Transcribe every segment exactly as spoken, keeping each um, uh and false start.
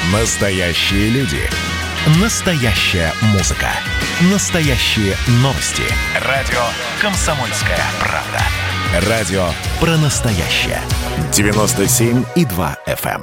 Настоящие люди. Настоящая музыка. Настоящие новости. Радио «Комсомольская правда». Радио про настоящее. девяносто семь и два эф эм.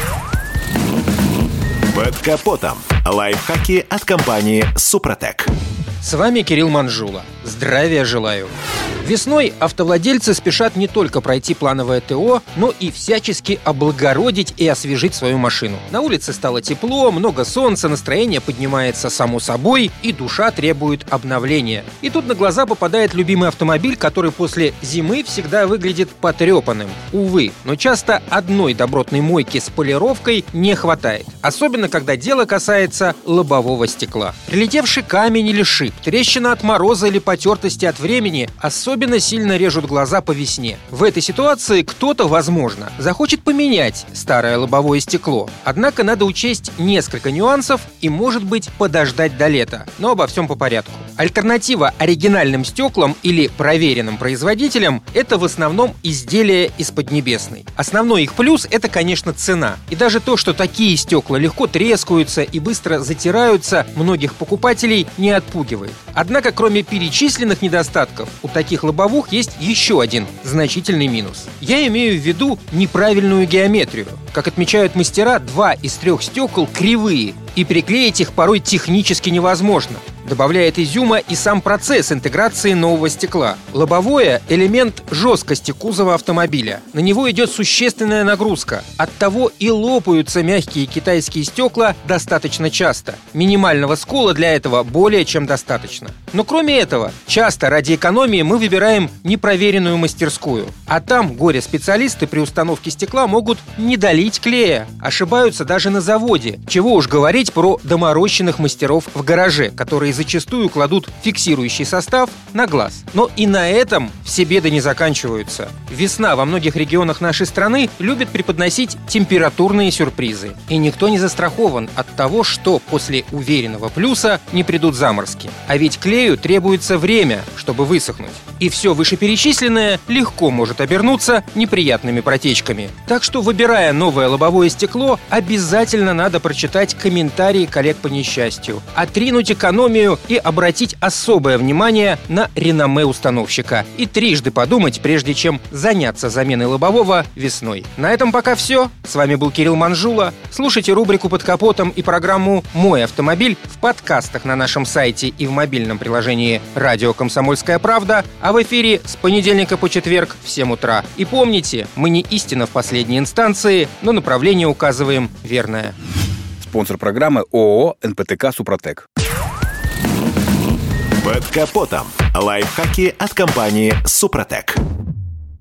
Под капотом. Лайфхаки от компании «Супротек». С вами Кирилл Манжула. Здравия желаю. Весной автовладельцы спешат не только пройти плановое ТО, но и всячески облагородить и освежить свою машину. На улице стало тепло, много солнца, настроение поднимается само собой, и душа требует обновления. И тут на глаза попадает любимый автомобиль, который после зимы всегда выглядит потрепанным. Увы, но часто одной добротной мойки с полировкой не хватает. Особенно, когда дело касается лобового стекла. Прилетевший камень или шип, трещина от мороза или потертости от времени особенно Особенно сильно режут глаза по весне. В этой ситуации кто-то, возможно, захочет поменять старое лобовое стекло. Однако надо учесть несколько нюансов и, может быть, подождать до лета. Но обо всем по порядку. Альтернатива оригинальным стеклам или проверенным производителям – это в основном изделия из Поднебесной. Основной их плюс – это, конечно, цена. И даже то, что такие стекла легко трескаются и быстро затираются, многих покупателей не отпугивает. Однако, кроме перечисленных недостатков, у таких лобовух есть еще один значительный минус. Я имею в виду неправильную геометрию. Как отмечают мастера, два из трех стекол кривые, и приклеить их порой технически невозможно. Добавляет изюма и сам процесс интеграции нового стекла. Лобовое – элемент жесткости кузова автомобиля. На него идет существенная нагрузка. Оттого и лопаются мягкие китайские стекла достаточно часто. Минимального скола для этого более чем достаточно. Но кроме этого, часто ради экономии мы выбираем непроверенную мастерскую. А там горе-специалисты при установке стекла могут не долить клея. Ошибаются даже на заводе. Чего уж говорить про доморощенных мастеров в гараже, которые зачастую кладут фиксирующий состав на глаз. Но и на этом все беды не заканчиваются. Весна во многих регионах нашей страны любит преподносить температурные сюрпризы. И никто не застрахован от того, что после уверенного плюса не придут заморозки. А ведь клею требуется время, чтобы высохнуть. И все вышеперечисленное легко может обернуться неприятными протечками. Так что, выбирая новое лобовое стекло, обязательно надо прочитать комментарии коллег по несчастью, отринуть экономию и обратить особое внимание на реноме установщика. И трижды подумать, прежде чем заняться заменой лобового весной. На этом пока все. С вами был Кирилл Манжула. Слушайте рубрику «Под капотом» и программу «Мой автомобиль» в подкастах на нашем сайте и в мобильном приложении «Радио Комсомольская правда», а в эфире с понедельника по четверг в семь утра. И помните, мы не истина в последней инстанции, но направление указываем верное. Спонсор программы ООО эн пэ тэ ка «Супротек». Под капотом. Лайфхаки от компании «Супротек».